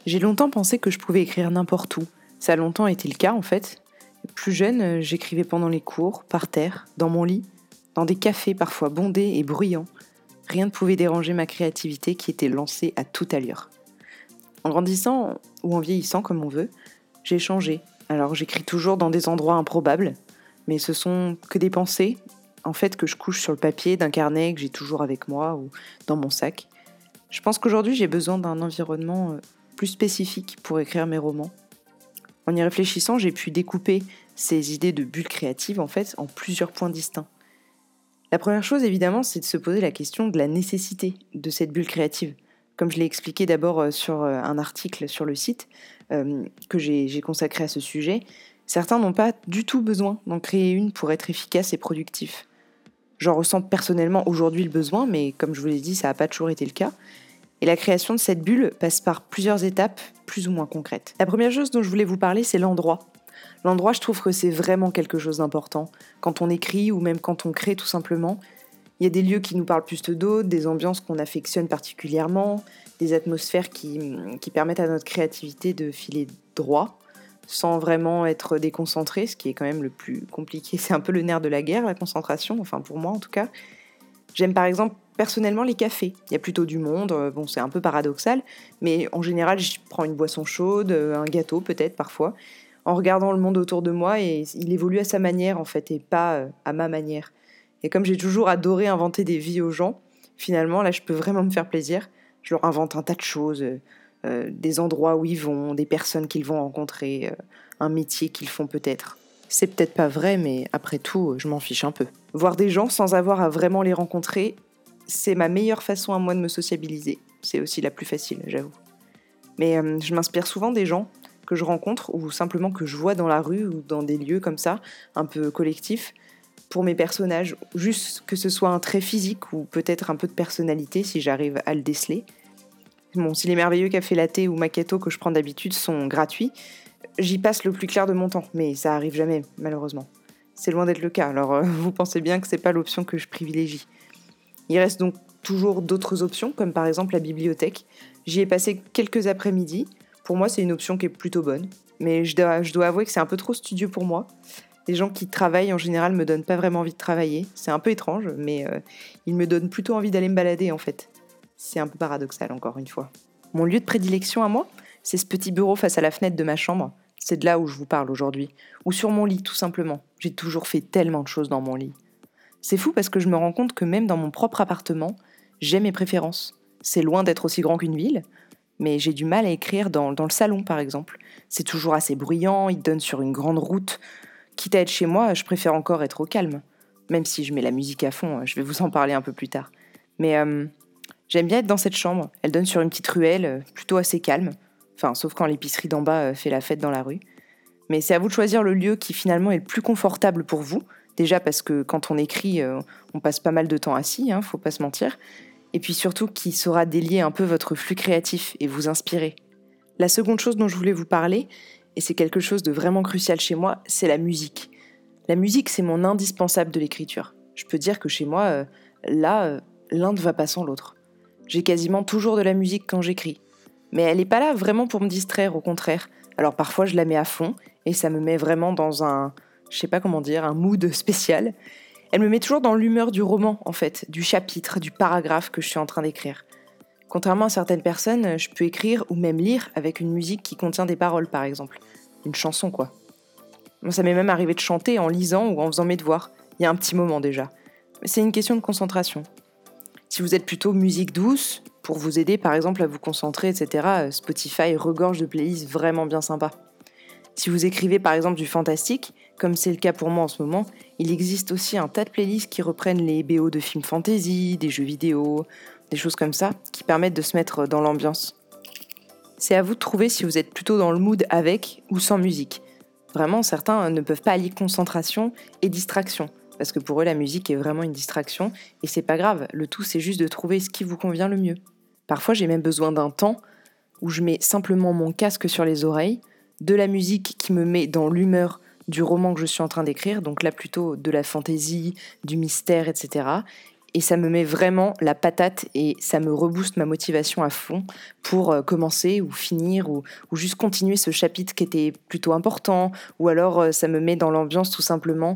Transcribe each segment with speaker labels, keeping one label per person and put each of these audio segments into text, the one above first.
Speaker 1: J'ai longtemps pensé que je pouvais écrire n'importe où. Ça a longtemps été le cas en fait. Plus jeune, j'écrivais pendant les cours, par terre, dans mon lit, dans des cafés parfois bondés et bruyants. Rien ne pouvait déranger ma créativité qui était lancée à toute allure. En grandissant, ou en vieillissant comme on veut, j'ai changé. Alors j'écris toujours dans des endroits improbables, mais ce sont que des pensées, en fait, que je couche sur le papier d'un carnet que j'ai toujours avec moi ou dans mon sac. Je pense qu'aujourd'hui j'ai besoin d'un environnement plus spécifique pour écrire mes romans. En y réfléchissant, j'ai pu découper ces idées de bulles créatives en fait en plusieurs points distincts. La première chose évidemment, c'est de se poser la question de la nécessité de cette bulle créative. Comme je l'ai expliqué d'abord sur un article sur le site que j'ai consacré à ce sujet, certains n'ont pas du tout besoin d'en créer une pour être efficace et productif. J'en ressens personnellement aujourd'hui le besoin, mais comme je vous l'ai dit, ça n'a pas toujours été le cas. Et la création de cette bulle passe par plusieurs étapes plus ou moins concrètes. La première chose dont je voulais vous parler, c'est l'endroit. L'endroit, je trouve que c'est vraiment quelque chose d'important. Quand on écrit ou même quand on crée tout simplement, il y a des lieux qui nous parlent plus que d'autres, des ambiances qu'on affectionne particulièrement, des atmosphères qui permettent à notre créativité de filer droit, sans vraiment être déconcentré, ce qui est quand même le plus compliqué. C'est un peu le nerf de la guerre, la concentration, enfin pour moi en tout cas. J'aime par exemple personnellement les cafés. Il y a plutôt du monde, bon c'est un peu paradoxal, mais en général je prends une boisson chaude, un gâteau peut-être parfois, en regardant le monde autour de moi et il évolue à sa manière en fait et pas à ma manière. Et comme j'ai toujours adoré inventer des vies aux gens, finalement là je peux vraiment me faire plaisir. Je leur invente un tas de choses, des endroits où ils vont, des personnes qu'ils vont rencontrer, un métier qu'ils font peut-être. C'est peut-être pas vrai, mais après tout, je m'en fiche un peu. Voir des gens sans avoir à vraiment les rencontrer, c'est ma meilleure façon à moi de me sociabiliser. C'est aussi la plus facile, j'avoue. Mais je m'inspire souvent des gens que je rencontre ou simplement que je vois dans la rue ou dans des lieux comme ça, un peu collectifs, pour mes personnages. Juste que ce soit un trait physique ou peut-être un peu de personnalité si j'arrive à le déceler. Bon, si les merveilleux cafés latte ou macchiato que je prends d'habitude sont gratuits, j'y passe le plus clair de mon temps, mais ça arrive jamais, malheureusement. C'est loin d'être le cas, alors vous pensez bien que c'est pas l'option que je privilégie. Il reste donc toujours d'autres options, comme par exemple la bibliothèque. J'y ai passé quelques après-midi. Pour moi, c'est une option qui est plutôt bonne, mais je dois avouer que c'est un peu trop studieux pour moi. Les gens qui travaillent en général me donnent pas vraiment envie de travailler. C'est un peu étrange, mais ils me donnent plutôt envie d'aller me balader en fait. C'est un peu paradoxal encore une fois. Mon lieu de prédilection à moi, c'est ce petit bureau face à la fenêtre de ma chambre. C'est de là où je vous parle aujourd'hui. Ou sur mon lit, tout simplement. J'ai toujours fait tellement de choses dans mon lit. C'est fou parce que je me rends compte que même dans mon propre appartement, j'ai mes préférences. C'est loin d'être aussi grand qu'une ville, mais j'ai du mal à écrire dans le salon, par exemple. C'est toujours assez bruyant, il donne sur une grande route. Quitte à être chez moi, je préfère encore être au calme. Même si je mets la musique à fond, je vais vous en parler un peu plus tard. Mais j'aime bien être dans cette chambre. Elle donne sur une petite ruelle, plutôt assez calme. Enfin, sauf quand l'épicerie d'en bas fait la fête dans la rue. Mais c'est à vous de choisir le lieu qui finalement est le plus confortable pour vous. Déjà parce que quand on écrit, on passe pas mal de temps assis, faut pas se mentir. Et puis surtout qui saura délier un peu votre flux créatif et vous inspirer. La seconde chose dont je voulais vous parler, et c'est quelque chose de vraiment crucial chez moi, c'est la musique. La musique, c'est mon indispensable de l'écriture. Je peux dire que chez moi, l'un ne va pas sans l'autre. J'ai quasiment toujours de la musique quand j'écris. Mais elle n'est pas là vraiment pour me distraire, au contraire. Alors parfois je la mets à fond et ça me met vraiment dans je sais pas comment dire, un mood spécial. Elle me met toujours dans l'humeur du roman en fait, du chapitre, du paragraphe que je suis en train d'écrire. Contrairement à certaines personnes, je peux écrire ou même lire avec une musique qui contient des paroles par exemple. Une chanson quoi. Moi, ça m'est même arrivé de chanter en lisant ou en faisant mes devoirs. Il y a un petit moment déjà. Mais c'est une question de concentration. Si vous êtes plutôt musique douce, pour vous aider par exemple à vous concentrer, etc., Spotify regorge de playlists vraiment bien sympas. Si vous écrivez par exemple du fantastique, comme c'est le cas pour moi en ce moment, il existe aussi un tas de playlists qui reprennent les BO de films fantasy, des jeux vidéo, des choses comme ça, qui permettent de se mettre dans l'ambiance. C'est à vous de trouver si vous êtes plutôt dans le mood avec ou sans musique. Vraiment, certains ne peuvent pas allier concentration et distraction, parce que pour eux, la musique est vraiment une distraction, et c'est pas grave, le tout c'est juste de trouver ce qui vous convient le mieux. Parfois, j'ai même besoin d'un temps où je mets simplement mon casque sur les oreilles, de la musique qui me met dans l'humeur du roman que je suis en train d'écrire, donc là plutôt de la fantaisie, du mystère, etc. Et ça me met vraiment la patate et ça me rebooste ma motivation à fond pour commencer ou finir ou juste continuer ce chapitre qui était plutôt important. Ou alors ça me met dans l'ambiance tout simplement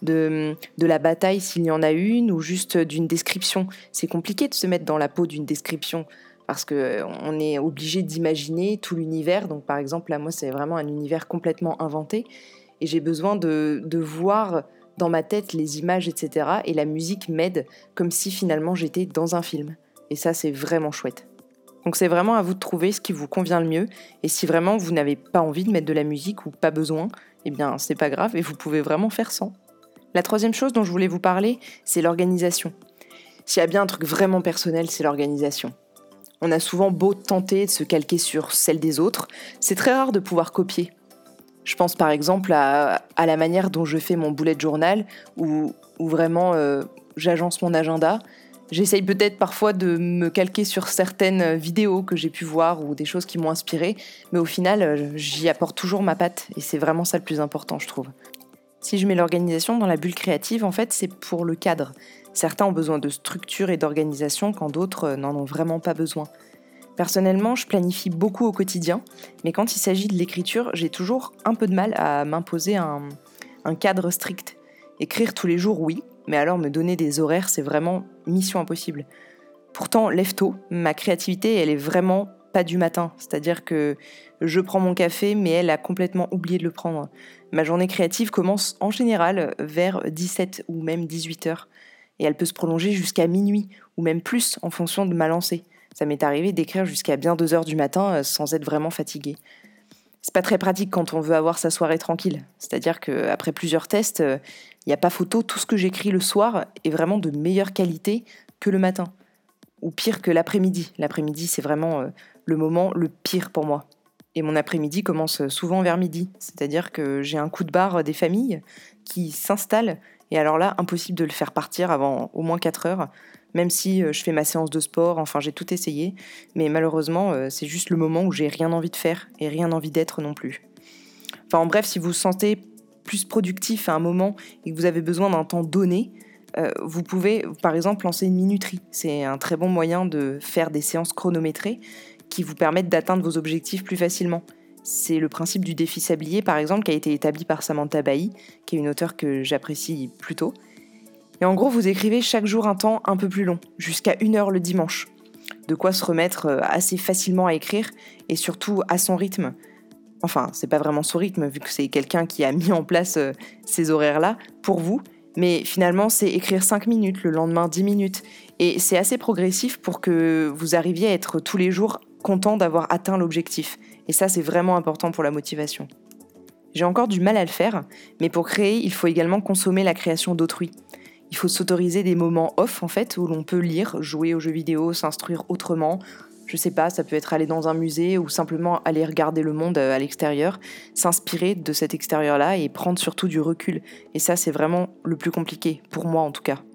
Speaker 1: de la bataille s'il y en a une ou juste d'une description. C'est compliqué de se mettre dans la peau d'une description parce qu'on est obligé d'imaginer tout l'univers. Donc par exemple, là, moi, c'est vraiment un univers complètement inventé et j'ai besoin de voir dans ma tête les images, etc. Et la musique m'aide comme si finalement j'étais dans un film. Et ça, c'est vraiment chouette. Donc c'est vraiment à vous de trouver ce qui vous convient le mieux. Et si vraiment vous n'avez pas envie de mettre de la musique ou pas besoin, eh bien c'est pas grave et vous pouvez vraiment faire sans. La troisième chose dont je voulais vous parler, c'est l'organisation. S'il y a bien un truc vraiment personnel, c'est l'organisation. On a souvent beau tenter de se calquer sur celle des autres, c'est très rare de pouvoir copier. Je pense par exemple à la manière dont je fais mon bullet journal, où vraiment j'agence mon agenda. J'essaye peut-être parfois de me calquer sur certaines vidéos que j'ai pu voir ou des choses qui m'ont inspiré, mais au final, j'y apporte toujours ma patte et c'est vraiment ça le plus important, je trouve. Si je mets l'organisation dans la bulle créative, en fait, c'est pour le cadre. Certains ont besoin de structure et d'organisation quand d'autres n'en ont vraiment pas besoin. Personnellement, je planifie beaucoup au quotidien, mais quand il s'agit de l'écriture, j'ai toujours un peu de mal à m'imposer un cadre strict. Écrire tous les jours, oui, mais alors me donner des horaires, c'est vraiment mission impossible. Pourtant, lève tôt, ma créativité, elle est vraiment pas du matin, c'est-à-dire que je prends mon café, mais elle a complètement oublié de le prendre. Ma journée créative commence en général vers 17 ou même 18 heures, et elle peut se prolonger jusqu'à minuit, ou même plus en fonction de ma lancée. Ça m'est arrivé d'écrire jusqu'à bien 2 heures du matin sans être vraiment fatiguée. C'est pas très pratique quand on veut avoir sa soirée tranquille. C'est-à-dire qu'après plusieurs tests, il n'y a pas photo, tout ce que j'écris le soir est vraiment de meilleure qualité que le matin. Ou pire que l'après-midi. L'après-midi, c'est vraiment le moment le pire pour moi. Et mon après-midi commence souvent vers midi. C'est-à-dire que j'ai un coup de barre des familles qui s'installent. Et alors là, impossible de le faire partir avant au moins 4 heures. Même si je fais ma séance de sport, enfin j'ai tout essayé. Mais malheureusement, c'est juste le moment où j'ai rien envie de faire et rien envie d'être non plus. Enfin en bref, si vous vous sentez plus productif à un moment et que vous avez besoin d'un temps donné, vous pouvez par exemple lancer une minuterie. C'est un très bon moyen de faire des séances chronométrées qui vous permettent d'atteindre vos objectifs plus facilement. C'est le principe du défi sablier par exemple qui a été établi par Samantha Bailly, qui est une auteure que j'apprécie plutôt. Et en gros, vous écrivez chaque jour un temps un peu plus long, jusqu'à 1 heure le dimanche. De quoi se remettre assez facilement à écrire et surtout à son rythme. Enfin, c'est pas vraiment son rythme vu que c'est quelqu'un qui a mis en place ces horaires-là pour vous. Mais finalement, c'est écrire 5 minutes, le lendemain 10 minutes. Et c'est assez progressif pour que vous arriviez à être tous les jours content d'avoir atteint l'objectif. Et ça, c'est vraiment important pour la motivation. J'ai encore du mal à le faire, mais pour créer, il faut également consommer la création d'autrui. Il faut s'autoriser des moments off, en fait, où l'on peut lire, jouer aux jeux vidéo, s'instruire autrement. Je sais pas, ça peut être aller dans un musée ou simplement aller regarder le monde à l'extérieur, s'inspirer de cet extérieur-là et prendre surtout du recul. Et ça, c'est vraiment le plus compliqué, pour moi en tout cas.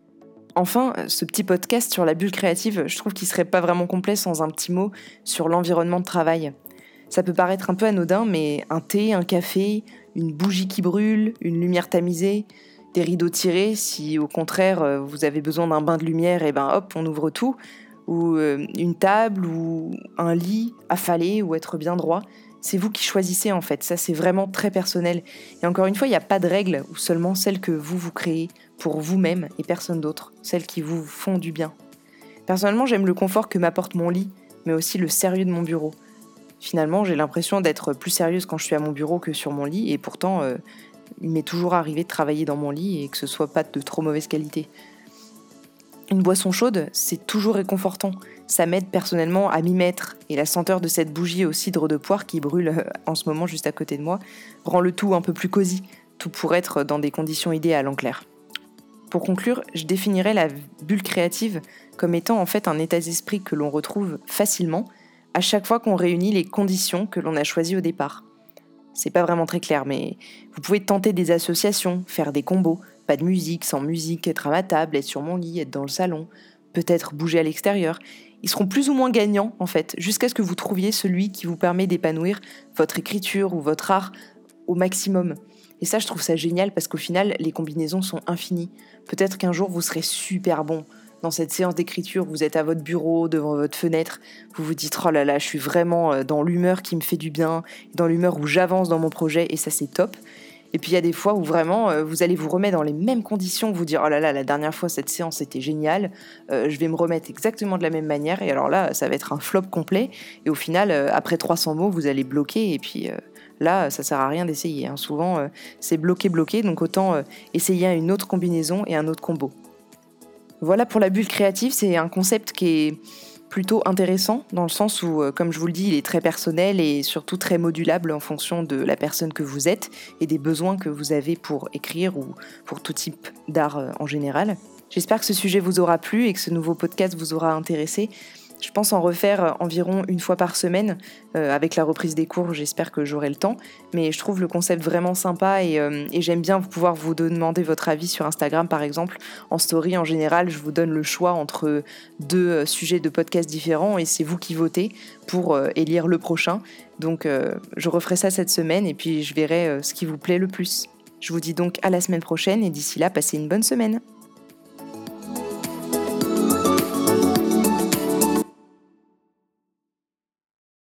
Speaker 1: Enfin, ce petit podcast sur la bulle créative, je trouve qu'il serait pas vraiment complet sans un petit mot sur l'environnement de travail. Ça peut paraître un peu anodin, mais un thé, un café, une bougie qui brûle, une lumière tamisée, des rideaux tirés, si au contraire vous avez besoin d'un bain de lumière, et ben hop, on ouvre tout, ou une table, ou un lit, affalé, ou être bien droit. C'est vous qui choisissez en fait, ça c'est vraiment très personnel. Et encore une fois, il n'y a pas de règles, ou seulement celles que vous créez pour vous-même et personne d'autre, celles qui vous font du bien. Personnellement, j'aime le confort que m'apporte mon lit, mais aussi le sérieux de mon bureau. Finalement, j'ai l'impression d'être plus sérieuse quand je suis à mon bureau que sur mon lit, et pourtant, il m'est toujours arrivé de travailler dans mon lit et que ce soit pas de trop mauvaise qualité. Une boisson chaude, c'est toujours réconfortant. Ça m'aide personnellement à m'y mettre, et la senteur de cette bougie au cidre de poire qui brûle en ce moment juste à côté de moi rend le tout un peu plus cosy, tout pour être dans des conditions idéales en clair. Pour conclure, je définirais la bulle créative comme étant en fait un état d'esprit que l'on retrouve facilement à chaque fois qu'on réunit les conditions que l'on a choisies au départ. C'est pas vraiment très clair, mais vous pouvez tenter des associations, faire des combos, pas de musique, sans musique, être à ma table, être sur mon lit, être dans le salon, peut-être bouger à l'extérieur. Ils seront plus ou moins gagnants, en fait, jusqu'à ce que vous trouviez celui qui vous permet d'épanouir votre écriture ou votre art au maximum. Et ça, je trouve ça génial parce qu'au final, les combinaisons sont infinies. Peut-être qu'un jour, vous serez super bon dans cette séance d'écriture, vous êtes à votre bureau, devant votre fenêtre, vous vous dites « Oh là là, je suis vraiment dans l'humeur qui me fait du bien, dans l'humeur où j'avance dans mon projet et ça c'est top ». Et puis il y a des fois où vraiment vous allez vous remettre dans les mêmes conditions, vous dire « Oh là là, la dernière fois cette séance était géniale, je vais me remettre exactement de la même manière ». Et alors là, ça va être un flop complet. Et au final, après 300 mots, vous allez bloquer et puis... Là, ça sert à rien d'essayer. Souvent, c'est bloqué, donc autant essayer une autre combinaison et un autre combo. Voilà pour la bulle créative, c'est un concept qui est plutôt intéressant dans le sens où, comme je vous le dis, il est très personnel et surtout très modulable en fonction de la personne que vous êtes et des besoins que vous avez pour écrire ou pour tout type d'art en général. J'espère que ce sujet vous aura plu et que ce nouveau podcast vous aura intéressé. Je pense en refaire environ une fois par semaine. Avec la reprise des cours, j'espère que j'aurai le temps. Mais je trouve le concept vraiment sympa et j'aime bien pouvoir vous demander votre avis sur Instagram, par exemple. En story, en général, je vous donne le choix entre deux sujets de podcast différents et c'est vous qui votez pour élire le prochain. Donc, je referai ça cette semaine et puis je verrai ce qui vous plaît le plus. Je vous dis donc à la semaine prochaine et d'ici là, passez une bonne semaine.